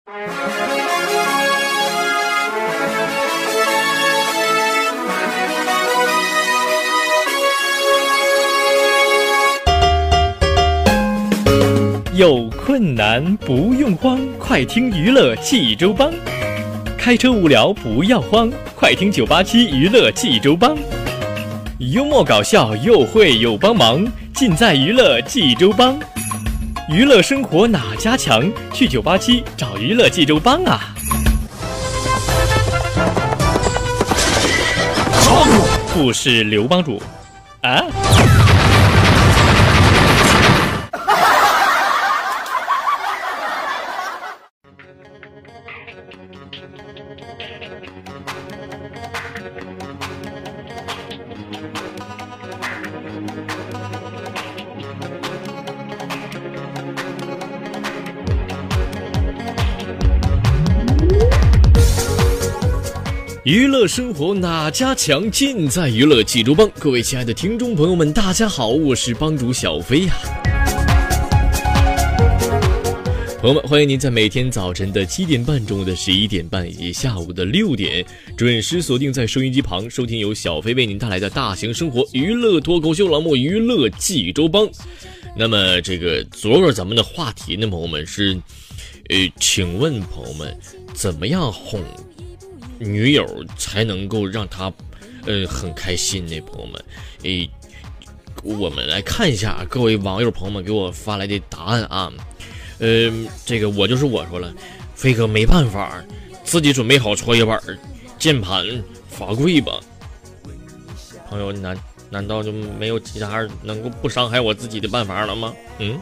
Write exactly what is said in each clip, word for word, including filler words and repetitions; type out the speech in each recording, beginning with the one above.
有困难不用慌，快听娱乐济州帮。开车无聊不要慌，快听九八七娱乐济州帮。幽默搞笑又会有帮忙，尽在娱乐济州帮。娱乐生活哪家强？去九八七找娱乐济州帮啊！不是刘帮主啊。娱乐生活哪家强？尽在娱乐济州帮。各位亲爱的听众朋友们，大家好，我是帮主小飞呀、啊。朋友们，欢迎您在每天早晨的七点半、中午的十一点半以及下午的六点，准时锁定在收音机旁，收听由小飞为您带来的大型生活娱乐脱口秀栏目《娱乐济州帮》。那么，这个昨儿咱们的话题呢，朋友们是，呃，请问朋友们，怎么样哄女友才能够让她，呃，很开心呢？朋友们，诶，我们来看一下各位网友朋友们给我发来的答案啊。呃，这个我就是我说了，飞哥没办法，自己准备好搓衣板、键盘、罚跪吧。朋友，难难道就没有其他能够不伤害我自己的办法了吗？嗯。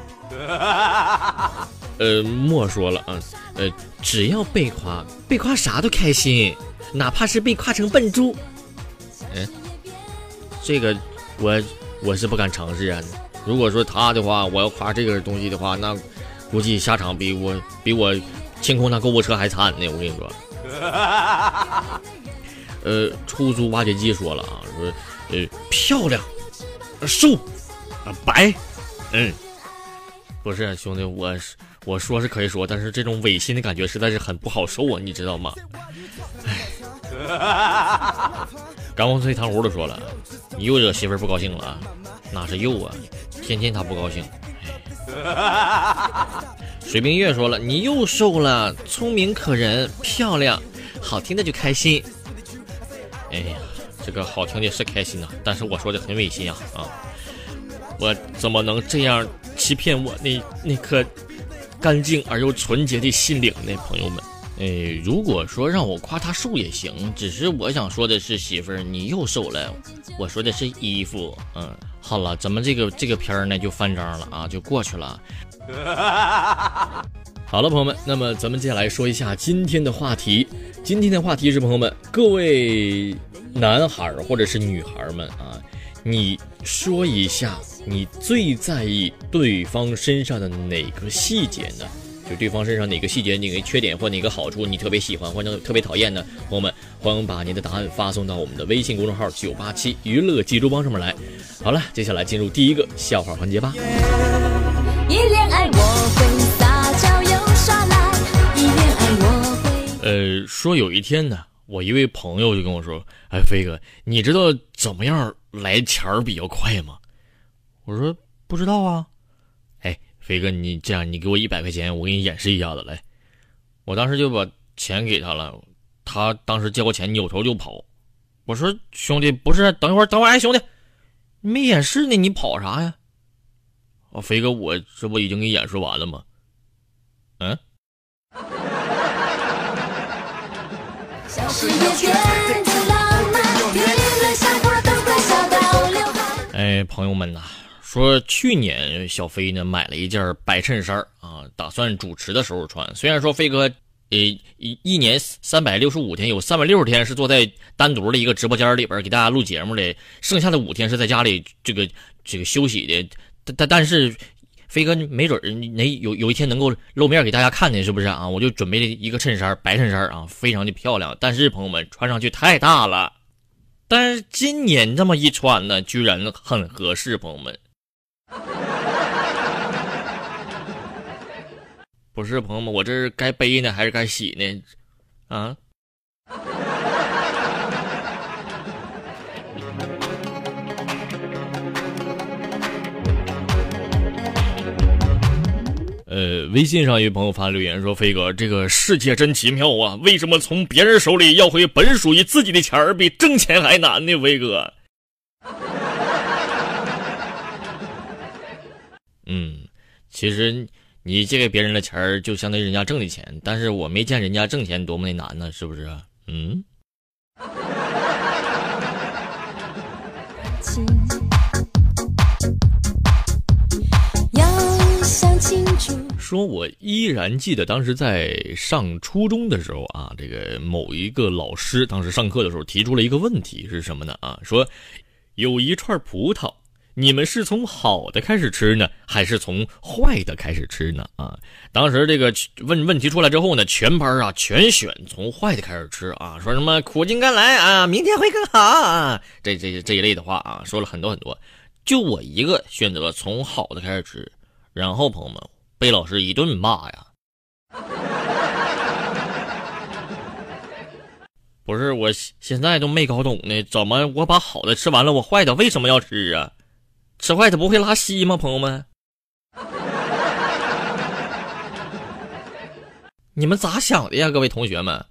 呃，莫说了啊，呃，只要被夸，被夸啥都开心，哪怕是被夸成笨猪。嗯，这个我我是不敢尝试啊。如果说他的话，我要夸这个东西的话，那估计下场比我比我清空他购物车还惨呢。我跟你说。呃，出租挖掘机说了啊，说呃漂亮、瘦、啊白，嗯，不是兄弟，我是。我说是可以说，但是这种违心的感觉实在是很不好受啊，你知道吗？哎，刚刚脆糖葫芦说了，你又惹媳妇儿不高兴了啊？哪是又啊？天天他不高兴。哎，水冰月说了，你又瘦了，聪明可人，漂亮，好听的就开心。哎呀，这个好听的是开心啊，但是我说的很违心啊啊！我怎么能这样欺骗我那那颗干净而又纯洁的心灵呢？朋友们，哎，如果说让我夸他瘦也行，只是我想说的是，媳妇儿你又瘦了，我说的是衣服。嗯，好了，咱们这个这个片儿呢就翻章了啊，就过去了。好了，朋友们，那么咱们接下来说一下今天的话题。今天的话题是，朋友们，各位男孩或者是女孩们啊，你说一下你最在意对方身上的哪个细节呢？就对方身上哪个细节、哪个缺点或哪个好处你特别喜欢或者特别讨厌呢？朋友们，欢迎把您的答案发送到我们的微信公众号九八七娱乐济州帮上面来。好了，接下来进入第一个笑话环节吧。一恋爱我会撒娇又耍赖，一恋爱我会……呃，说有一天呢，我一位朋友就跟我说：“哎，飞哥，你知道怎么样来钱儿比较快吗？”我说不知道啊。哎，飞哥，你这样，你给我一百块钱，我给你演示一下子来。我当时就把钱给他了，他当时接过钱，扭头就跑。我说兄弟，不是，等一会儿，等会儿，哎，兄弟，你没演示呢，你跑啥呀？哦，飞哥，我这不已经给你演示完了吗？嗯。小世界变得浪漫，听了想花都快笑到流汗。哎，朋友们呐、啊，说去年小飞呢买了一件白衬衫啊，打算主持的时候穿。虽然说飞哥呃一一年三百六十五天，有三百六十天是坐在单独的一个直播间里边给大家录节目的，剩下的五天是在家里这个这个休息的。但但但是飞哥没准那有有一天能够露面给大家看的，是不是啊？我就准备了一个衬衫，白衬衫啊，非常的漂亮。但是朋友们，穿上去太大了。但是今年这么一穿呢，居然很合适，朋友们。 不是朋友们，我这是该悲呢还是该喜呢？啊？呃，微信上一位朋友发留言说：“飞哥，这个世界真奇妙啊！为什么从别人手里要回本属于自己的钱儿，比挣钱还难呢？飞哥。”嗯，其实你借给别人的钱儿，就相当于人家挣的钱，但是我没见人家挣钱多么的难呢，是不是？嗯。说我依然记得当时在上初中的时候啊，这个某一个老师当时上课的时候提出了一个问题是什么呢？啊，说有一串葡萄，你们是从好的开始吃呢，还是从坏的开始吃呢？啊，当时这个问问题出来之后呢，全班啊全选从坏的开始吃啊，说什么苦尽甘来啊，明天会更好啊，这这这一类的话啊，说了很多很多，就我一个选择从好的开始吃，然后朋友们被老师一顿骂呀。不是，我现在都没搞懂呢，怎么我把好的吃完了，我坏的为什么要吃啊？吃坏的不会拉稀吗？朋友们，你们咋想的呀，各位同学们？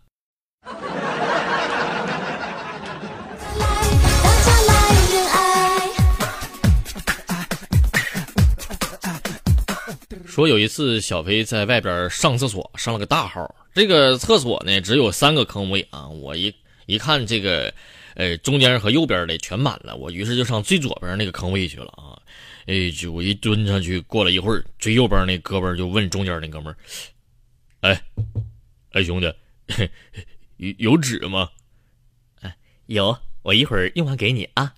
说有一次小飞在外边上厕所，上了个大号，这个厕所呢只有三个坑位啊，我一一看这个呃中间和右边的全满了，我于是就上最左边那个坑位去了啊。哎，就我一蹲上去，过了一会儿，最右边那哥们儿就问中间那哥们儿：“哎，哎兄弟，有有纸吗？”“哎，有，我一会儿用完给你啊。”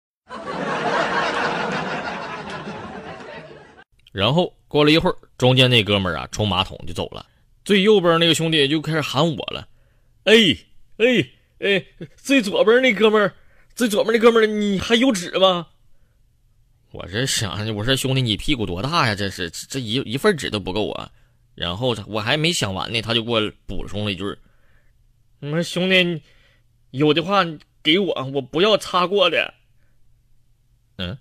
然后过了一会儿，中间那哥们儿啊冲马桶就走了，最右边那个兄弟就开始喊我了：“哎哎哎，最左边那哥们儿，最左边那哥们儿，你还有纸吗？”我这想，我说兄弟，你屁股多大呀？这是这一一份纸都不够啊！然后我还没想完呢，他就给我补充了一句：“你们兄弟有的话给我，我不要擦过的。”嗯。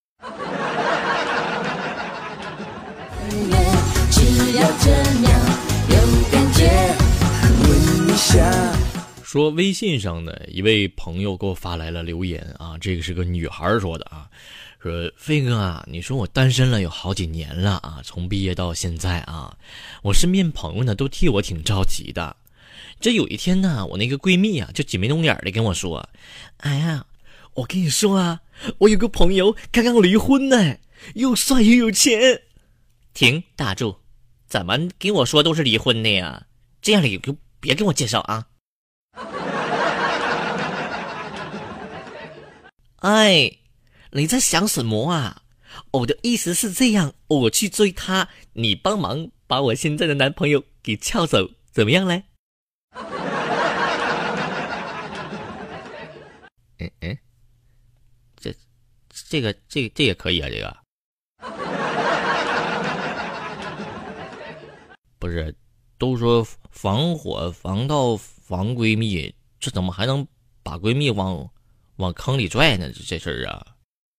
只要这样有感觉，问一下。说微信上的一位朋友给我发来了留言啊，这个是个女孩说的啊，说飞哥啊，你说我单身了有好几年了啊，从毕业到现在啊，我身边朋友呢都替我挺着急的。这有一天呢，我那个闺蜜啊就挤眉弄眼的跟我说：“哎呀，我跟你说啊，我有个朋友刚刚离婚呢，又帅又有钱。”停，打住，怎么跟我说都是离婚的呀？这样的就别跟我介绍啊。哎，你在想什么啊？我的意思是这样，我去追他，你帮忙把我现在的男朋友给撬走，怎么样嘞？嗯嗯，这这个这个这也可以啊，这个不是都说防火防盗防闺蜜，这怎么还能把闺蜜往往坑里拽呢？这这事儿啊。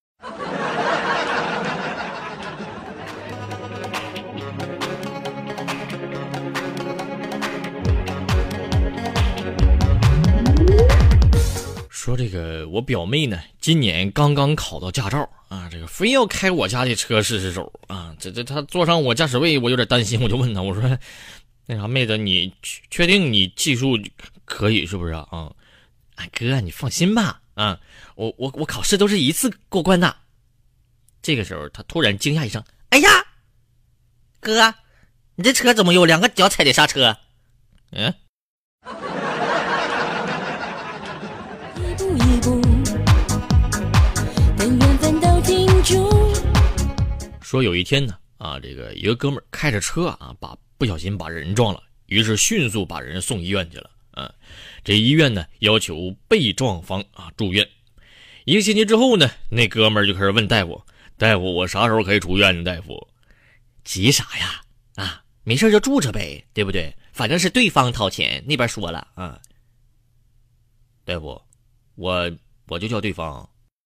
说这个我表妹呢，今年刚刚考到驾照啊，这个非要开我家的车试试手啊，这这她坐上我驾驶位，我有点担心，我就问她，我说那啥妹子，你确定你技术可以是不是啊？啊，哎哥，你放心吧，啊，我我我考试都是一次过关的。这个时候她突然惊讶一声，哎呀，哥，你这车怎么有两个脚踩的刹车？嗯。一步跟缘分都停住。说有一天呢，啊，这个一个哥们儿开着车啊，把不小心把人撞了，于是迅速把人送医院去了。啊，这医院呢要求被撞方啊住院。一个星期之后呢，那哥们儿就开始问大夫：“大夫，我啥时候可以出院呢？大夫，急啥呀？啊， 没事就住着呗，对不对？反正是对方掏钱，那边说了啊。大夫，我我就叫对方。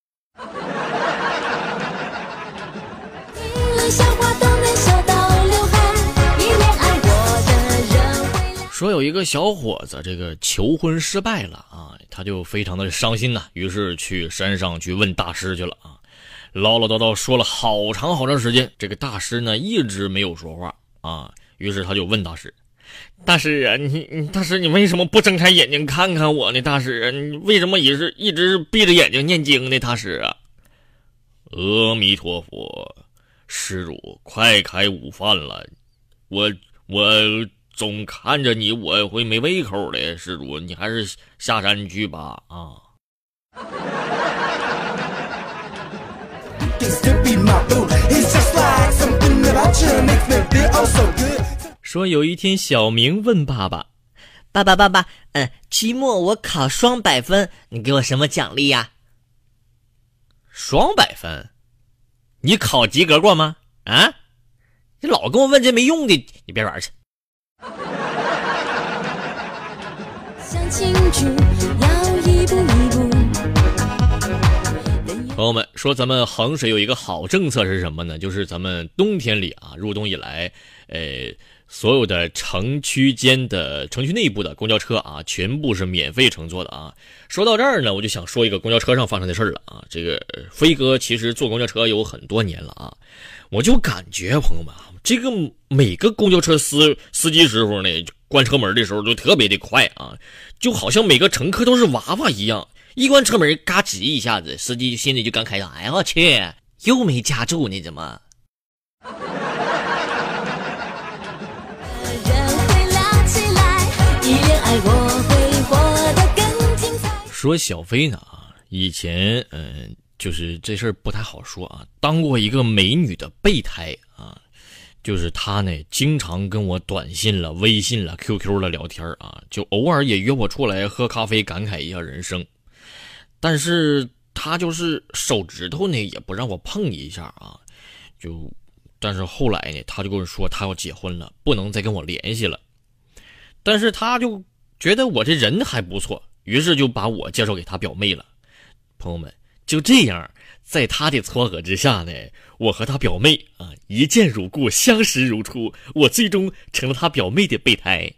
说有一个小伙子，这个求婚失败了啊，他就非常的伤心呐、啊，于是去山上去问大师去了啊，唠唠叨叨说了好长好长时间，这个大师呢一直没有说话啊，于是他就问大师：“大师啊，你你大师你为什么不睁开眼睛看看我呢？大师，你为什么也是一直闭着眼睛念经呢？大师啊。”阿弥陀佛，施主快开午饭了，我我。总看着你我会没胃口的，施主你还是下山去吧啊。说有一天小明问爸爸：“爸爸爸爸，嗯，期末我考双百分，你给我什么奖励呀？”双百分？你考及格过吗？啊？你老跟我问这没用的，你别玩去。朋友们说，咱们衡水有一个好政策是什么呢？就是咱们冬天里啊，入冬以来，呃，所有的城区间的城区内部的公交车啊，全部是免费乘坐的啊。说到这儿呢，我就想说一个公交车上发生的事儿了啊。这个飞哥其实坐公交车有很多年了啊，我就感觉朋友们啊，这个每个公交车司司机师傅呢，关车门的时候就特别的快啊，就好像每个乘客都是娃娃一样，一关车门嘎吱一下子，司机心里就感慨道：“哎呀我去，又没夹住呢，怎么？”说小飞呢啊，以前嗯、呃，就是这事儿不太好说啊，当过一个美女的备胎啊。就是他呢，经常跟我短信了、微信了、Q Q 了聊天啊，就偶尔也约我出来喝咖啡，感慨一下人生。但是他就是手指头呢，也不让我碰一下啊。就，但是后来呢，他就跟我说他要结婚了，不能再跟我联系了。但是他就觉得我这人还不错，于是就把我介绍给他表妹了。朋友们，就这样。在他的撮合之下呢，我和他表妹啊一见如故，相识如初，我最终成了他表妹的备胎。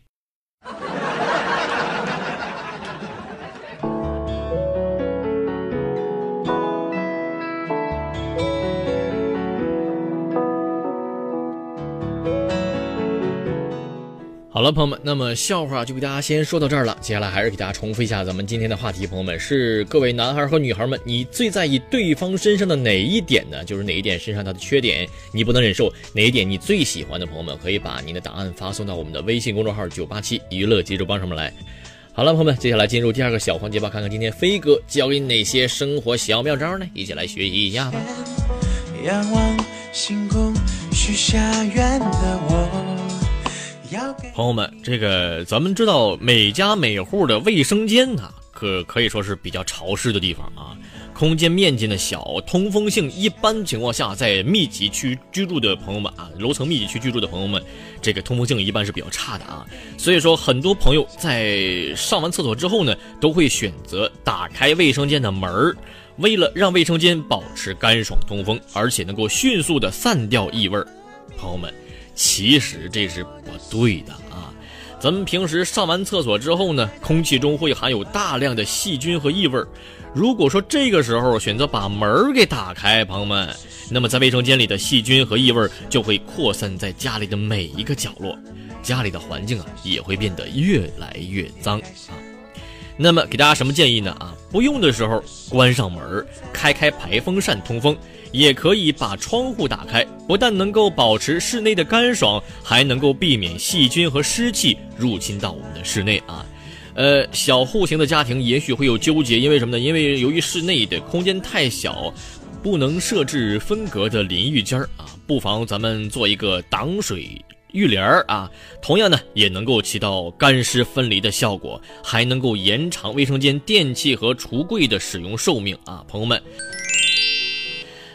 好了，朋友们，那么笑话就给大家先说到这儿了。接下来还是给大家重复一下咱们今天的话题，朋友们是各位男孩和女孩们，你最在意对方身上的哪一点呢？就是哪一点身上他的缺点你不能忍受，哪一点你最喜欢的？朋友们可以把您的答案发送到我们的微信公众号九八七娱乐节奏帮上面来。好了，朋友们，接下来进入第二个小环节吧，看看今天飞哥教给你哪些生活小妙招呢？一起来学习一下吧。仰望星空，许下愿的我。朋友们，这个咱们知道每家每户的卫生间啊，可可以说是比较潮湿的地方啊，空间面积呢小，通风性一般情况下在密集区居住的朋友们啊，楼层密集区居住的朋友们，这个通风性一般是比较差的啊，所以说很多朋友在上完厕所之后呢，都会选择打开卫生间的门，为了让卫生间保持干爽通风，而且能够迅速的散掉异味。朋友们，其实这是不对的啊！咱们平时上完厕所之后呢，空气中会含有大量的细菌和异味。如果说这个时候选择把门给打开，朋友们，那么在卫生间里的细菌和异味就会扩散在家里的每一个角落，家里的环境啊也会变得越来越脏啊。那么给大家什么建议呢？啊，不用的时候关上门，开开排风扇通风。也可以把窗户打开，不但能够保持室内的干爽，还能够避免细菌和湿气入侵到我们的室内啊。呃，小户型的家庭也许会有纠结，因为什么呢？因为由于室内的空间太小，不能设置分隔的淋浴间啊，不妨咱们做一个挡水浴帘啊，同样呢也能够起到干湿分离的效果，还能够延长卫生间电器和橱柜的使用寿命啊，朋友们。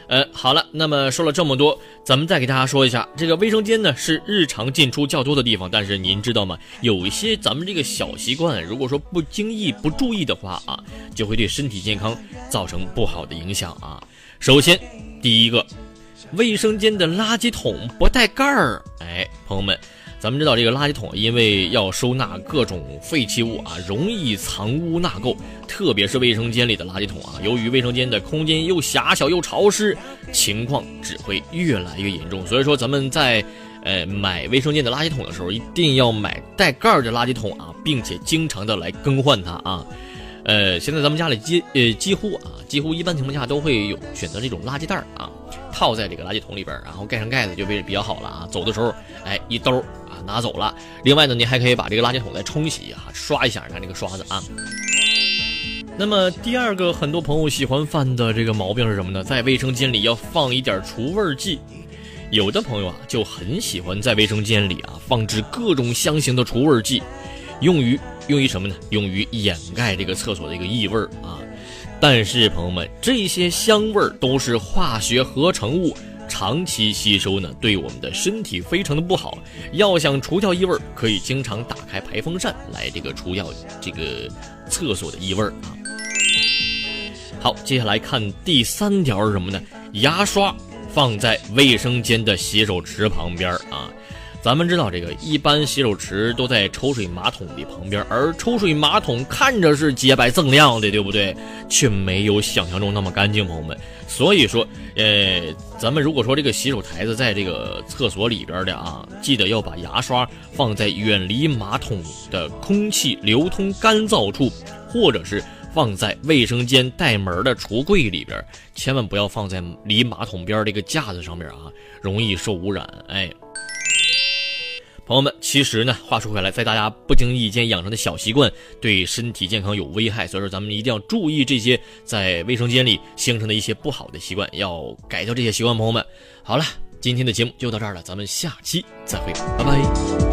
呃，好了，那么说了这么多，咱们再给大家说一下，这个卫生间呢是日常进出较多的地方，但是您知道吗？有一些咱们这个小习惯，如果说不经意、不注意的话啊，就会对身体健康造成不好的影响啊。首先，第一个，卫生间的垃圾桶不带盖儿。哎，朋友们，咱们知道这个垃圾桶因为要收纳各种废弃物啊，容易藏污纳垢，特别是卫生间里的垃圾桶啊，由于卫生间的空间又狭小又潮湿，情况只会越来越严重。所以说咱们在呃买卫生间的垃圾桶的时候，一定要买带盖儿的垃圾桶啊，并且经常的来更换它啊。呃，现在咱们家里几呃几乎啊，几乎一般情况下都会有选择这种垃圾袋啊，套在这个垃圾桶里边，然后盖上盖子就比较好了啊。走的时候，哎，一兜啊拿走了。另外呢，你还可以把这个垃圾桶再冲洗啊，刷一下它这个刷子啊。那么第二个，很多朋友喜欢犯的这个毛病是什么呢？在卫生间里要放一点除味剂。有的朋友啊，就很喜欢在卫生间里啊放置各种香型的除味剂，用于用于什么呢？用于掩盖这个厕所的一个异味啊。但是朋友们，这些香味都是化学合成物，长期吸收呢，对我们的身体非常的不好。要想除掉异味，可以经常打开排风扇来这个除掉这个厕所的异味啊。好，接下来看第三条是什么呢？牙刷放在卫生间的洗手池旁边啊。咱们知道这个一般洗手池都在抽水马桶的旁边，而抽水马桶看着是洁白锃亮的，对不对？却没有想象中那么干净，朋友们。所以说，呃，咱们如果说这个洗手台子在这个厕所里边的啊，记得要把牙刷放在远离马桶的空气流通干燥处，或者是放在卫生间带门的橱柜里边，千万不要放在离马桶边这个架子上面啊，容易受污染。哎。朋友们，其实呢，话说回来，在大家不经意间养成的小习惯，对身体健康有危害，所以说咱们一定要注意这些在卫生间里形成的一些不好的习惯，要改掉这些习惯。朋友们，好了，今天的节目就到这儿了，咱们下期再会，拜拜。